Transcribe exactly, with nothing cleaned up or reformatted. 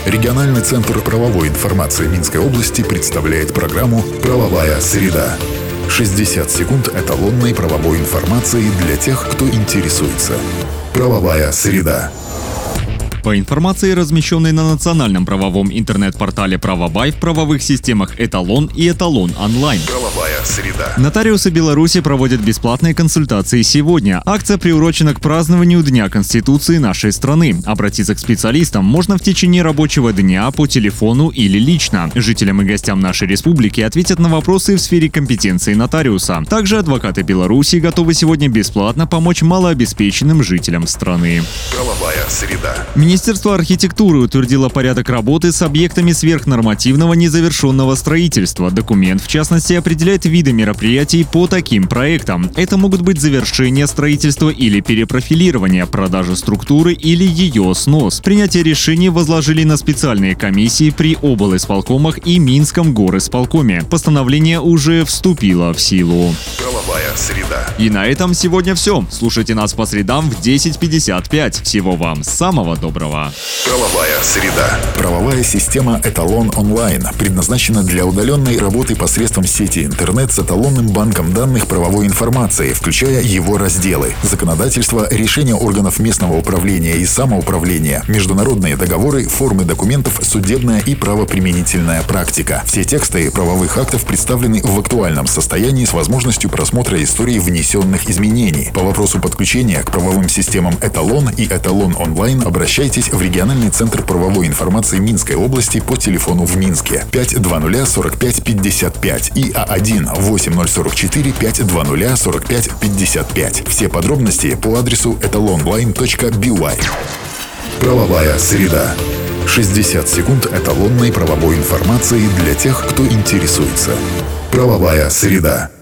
Региональный центр правовой информации Минской области представляет программу «Правовая среда». шестьдесят секунд эталонной правовой информации для тех, кто интересуется. «Правовая среда». По информации, размещенной на национальном правовом интернет-портале «Правобай», в правовых системах «Эталон» и «Эталон онлайн». Правовая среда. Нотариусы Беларуси проводят бесплатные консультации сегодня. Акция приурочена к празднованию Дня Конституции нашей страны. Обратиться к специалистам можно в течение рабочего дня по телефону или лично. Жителям и гостям нашей республики ответят на вопросы в сфере компетенции нотариуса. Также адвокаты Беларуси готовы сегодня бесплатно помочь малообеспеченным жителям страны. Правовая среда. Министерство архитектуры утвердило порядок работы с объектами сверхнормативного незавершенного строительства. Документ, в частности, определяет виды мероприятий по таким проектам. Это могут быть завершение строительства или перепрофилирование, продажа структуры или ее снос. Принятие решений возложили на специальные комиссии при облисполкомах и Минском горисполкоме. Постановление уже вступило в силу. Правовая среда. И на этом сегодня все. Слушайте нас по средам в десять пятьдесят пять. Всего вам самого доброго. Правовая среда. Правовая система «Эталон онлайн» предназначена для удаленной работы посредством сети интернет с эталонным банком данных правовой информации, включая его разделы: законодательство, решения органов местного управления и самоуправления, международные договоры, формы документов, судебная и правоприменительная практика. Все тексты правовых актов представлены в актуальном состоянии с возможностью просмотра истории внесенных изменений. По вопросу подключения к правовым системам «Эталон» и «Эталон онлайн» обращайтесь в региональный центр правовой информации Минской области по телефону в Минске пять двадцать сорок пять пятьдесят пять и А один восемь ноль сорок четыре пять двадцать сорок пять пятьдесят пять. Все подробности по адресу эталонлайн точка би уай. Правовая среда. шестьдесят секунд эталонной правовой информации для тех, кто интересуется. Правовая среда.